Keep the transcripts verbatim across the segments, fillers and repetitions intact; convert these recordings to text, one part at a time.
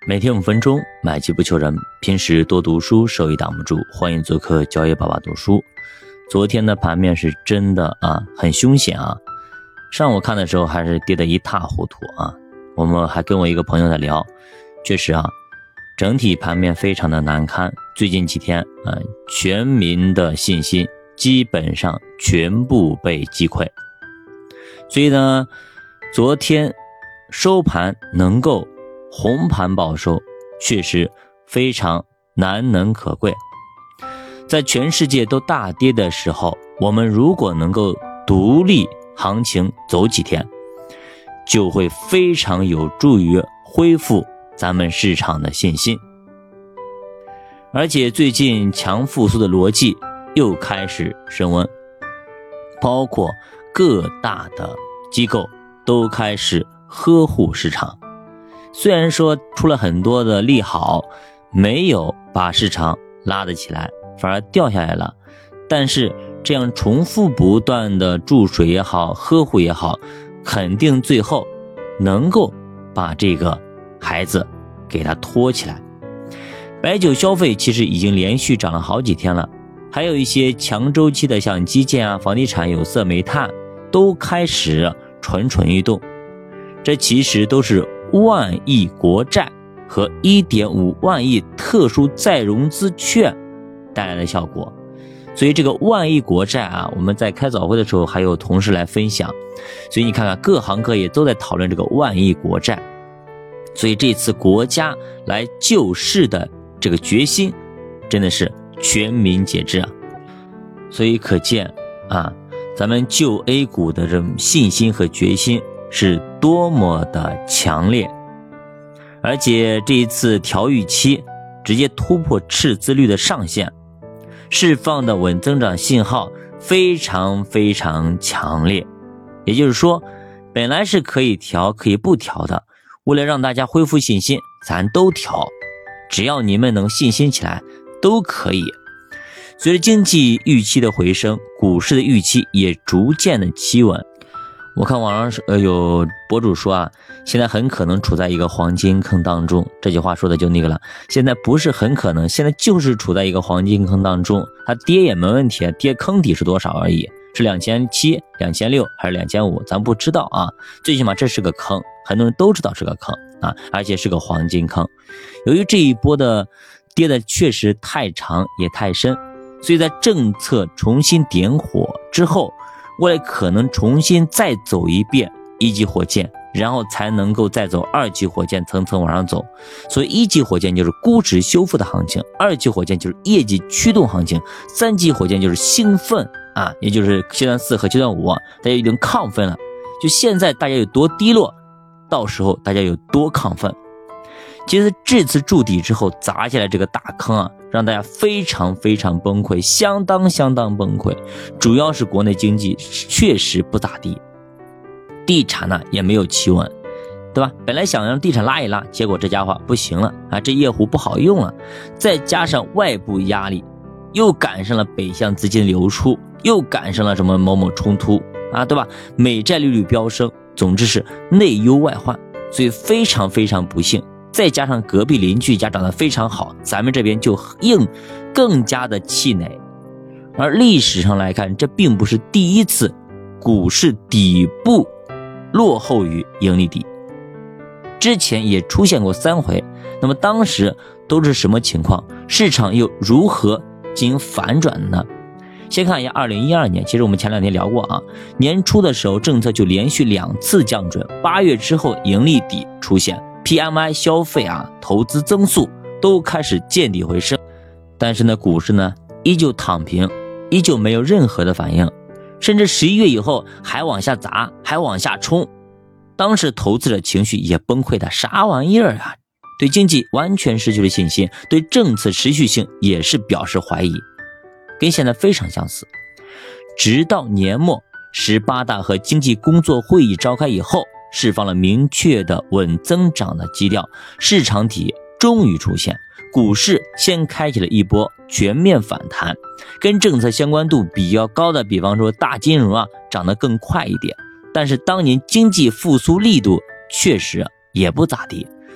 每天五分钟，买机不求人。平时多读书，收益挡不住。欢迎做客交易爸爸读书。昨天的盘面是真的啊，很凶险啊。上午看的时候还是跌得一塌糊涂啊。我们还跟我一个朋友在聊，确实啊，整体盘面非常的难堪。最近几天啊，全民的信心基本上全部被击溃。所以呢，昨天收盘能够红盘报收，确实非常难能可贵。在全世界都大跌的时候，我们如果能够独立行情走几天，就会非常有助于恢复咱们市场的信心。而且最近强复苏的逻辑又开始升温，包括各大的机构都开始呵护市场。虽然说出了很多的利好，没有把市场拉得起来，反而掉下来了，但是这样重复不断的注水也好，呵护也好，肯定最后能够把这个孩子给它托起来。白酒消费其实已经连续涨了好几天了，还有一些强周期的像基建啊、房地产、有色、煤炭都开始蠢蠢欲动，这其实都是万亿国债和 一点五万亿特殊再融资券带来的效果。所以这个万亿国债啊，我们在开早会的时候还有同事来分享，所以你看看各行各业都在讨论这个万亿国债。所以这次国家来救市的这个决心真的是全民皆知啊。所以可见啊，咱们救 A 股的这种信心和决心是多么的强烈。而且这一次调预期直接突破赤字率的上限，释放的稳增长信号非常非常强烈。也就是说，本来是可以调可以不调的，为了让大家恢复信心，咱都调，只要你们能信心起来都可以。随着经济预期的回升，股市的预期也逐渐的企稳。我看网上呃有博主说啊，现在很可能处在一个黄金坑当中。这句话说的就那个了，现在不是很可能，现在就是处在一个黄金坑当中。它跌也没问题，跌坑底是多少而已，是两千七、两千六还是两千五，咱不知道啊。最起码这是个坑，很多人都知道是个坑啊，而且是个黄金坑。由于这一波的跌的确实太长也太深，所以在政策重新点火之后，未来可能重新再走一遍一级火箭，然后才能够再走二级火箭，层层往上走。所以一级火箭就是估值修复的行情，二级火箭就是业绩驱动行情，三级火箭就是兴奋啊，也就是阶段四和阶段五大家已经亢奋了。就现在大家有多低落，到时候大家有多亢奋。其实这次筑底之后砸下来这个大坑啊，让大家非常非常崩溃，相当相当崩溃。主要是国内经济确实不咋地，地产呢也没有企稳，对吧？本来想让地产拉一拉，结果这家伙不行了啊，这夜壶不好用了。再加上外部压力，又赶上了北向资金流出，又赶上了什么某某冲突啊，对吧？美债利率飙升，总之是内忧外患，所以非常非常不幸。再加上隔壁邻居家长得非常好，咱们这边就硬更加的气馁。而历史上来看，这并不是第一次股市底部落后于盈利底，之前也出现过三回。那么当时都是什么情况？市场又如何进行反转呢？先看一下二零一二年，其实我们前两天聊过啊，年初的时候政策就连续两次降准，八月之后盈利底出现，P M I 消费啊、投资增速都开始见底回升，但是呢，股市呢依旧躺平，依旧没有任何的反应，甚至十一月以后还往下砸，还往下冲。当时投资者情绪也崩溃的，啥玩意儿啊？对经济完全失去了信心，对政策持续性也是表示怀疑，跟现在非常相似。直到年末十八大和经济工作会议召开以后，释放了明确的稳增长的基调，市场体终于出现，股市先开启了一波全面反弹，跟政策相关度比较高的，比方说大金融啊，涨得更快一点。但是当年经济复苏力度确实也不咋地，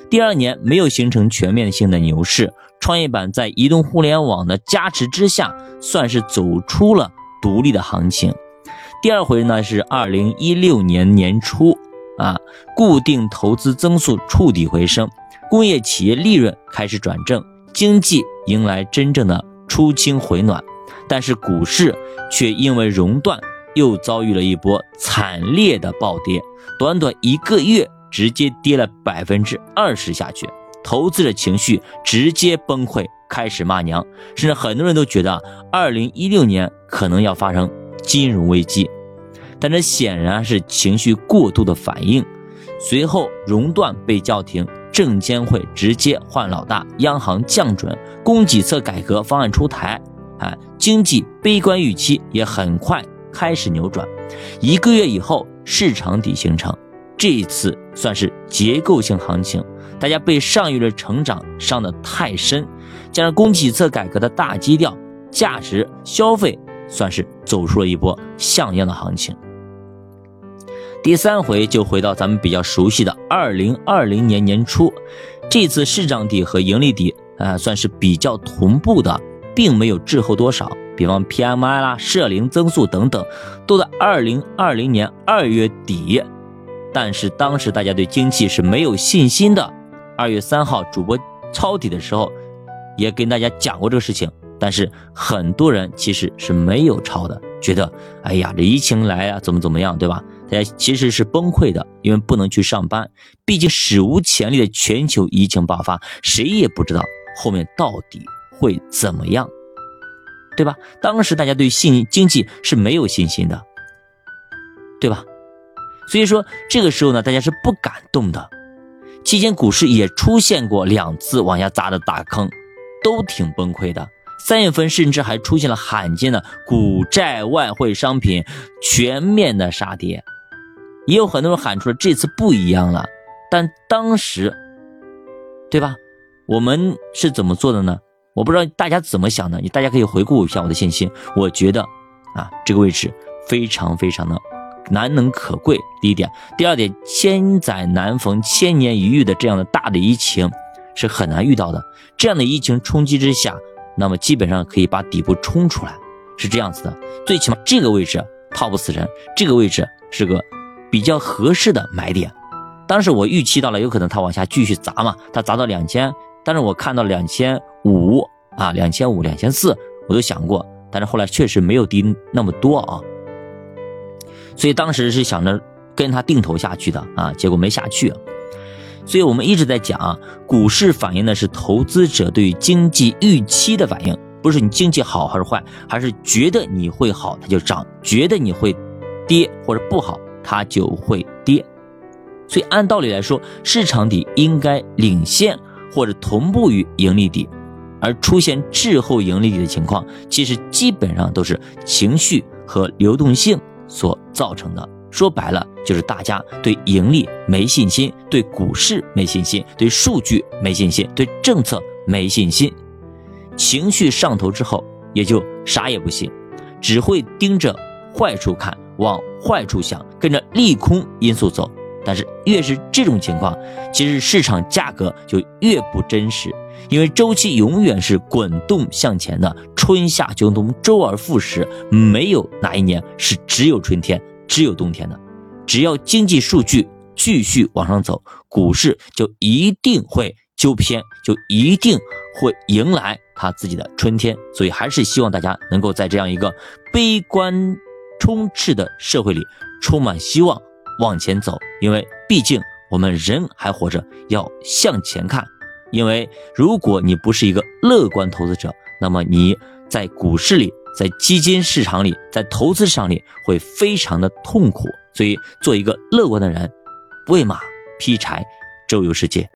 第二年没有形成全面性的牛市，创业板在移动互联网的加持之下，算是走出了独立的行情。第二回呢是二零一六年年初啊，固定投资增速触底回升，工业企业利润开始转正，经济迎来真正的出清回暖。但是股市却因为熔断又遭遇了一波惨烈的暴跌，短短一个月直接跌了 百分之二十 下去，投资者情绪直接崩溃，开始骂娘，甚至很多人都觉得二零一六年可能要发生金融危机。但这显然是情绪过度的反应。随后熔断被叫停，证监会直接换老大，央行降准，供给侧改革方案出台，啊，经济悲观预期也很快开始扭转。一个月以后，市场底形成，这一次算是结构性行情，大家被上月的成长伤得太深，加上供给侧改革的大基调，价值消费算是走出了一波像样的行情。第三回就回到咱们比较熟悉的二零二零年年初，这次市场底和盈利底啊、呃，算是比较同步的，并没有滞后多少。比方 P M I 啦、社零增速等等，都在二零二零年二月底。但是当时大家对经济是没有信心的。二月三号主播抄底的时候，也跟大家讲过这个事情。但是很多人其实是没有抄的，觉得哎呀这疫情来啊怎么怎么样，对吧？大家其实是崩溃的，因为不能去上班，毕竟史无前例的全球疫情爆发，谁也不知道后面到底会怎么样，对吧？当时大家对信经济是没有信心的，对吧？所以说这个时候呢，大家是不敢动的。期间股市也出现过两次往下砸的大坑，都挺崩溃的。三月份甚至还出现了罕见的股债外汇商品全面的杀跌，也有很多人喊出了这次不一样了。但当时，对吧？我们是怎么做的呢？我不知道大家怎么想的，大家可以回顾一下我的信息。我觉得啊，这个位置非常非常的难能可贵，第一点。第二点，千载难逢千年一遇的这样的大的疫情是很难遇到的。这样的疫情冲击之下，那么基本上可以把底部冲出来，是这样子的。最起码这个位置套不死人，这个位置是个比较合适的买点。当时我预期到了有可能它往下继续砸嘛，它砸到两千，但是我看到两千五啊，两千五、两千四，我都想过，但是后来确实没有低那么多啊。所以当时是想着跟它定投下去的啊，结果没下去。所以我们一直在讲啊，股市反映的是投资者对于经济预期的反应，不是你经济好还是坏，还是觉得你会好它就涨，觉得你会跌或者不好它就会跌。所以按道理来说，市场底应该领先或者同步于盈利底，而出现滞后盈利底的情况，其实基本上都是情绪和流动性所造成的。说白了就是大家对盈利没信心，对股市没信心，对数据没信心，对政策没信心，情绪上头之后也就啥也不信，只会盯着坏处看，往坏处想，跟着利空因素走。但是越是这种情况，其实市场价格就越不真实，因为周期永远是滚动向前的，春夏秋冬周而复始，没有哪一年是只有春天只有冬天的。只要经济数据继续往上走，股市就一定会纠偏，就一定会迎来它自己的春天。所以还是希望大家能够在这样一个悲观充斥的社会里充满希望往前走，因为毕竟我们人还活着，要向前看。因为如果你不是一个乐观投资者，那么你在股市里，在基金市场里，在投资市场里会非常的痛苦。所以做一个乐观的人，喂马劈柴，周游世界。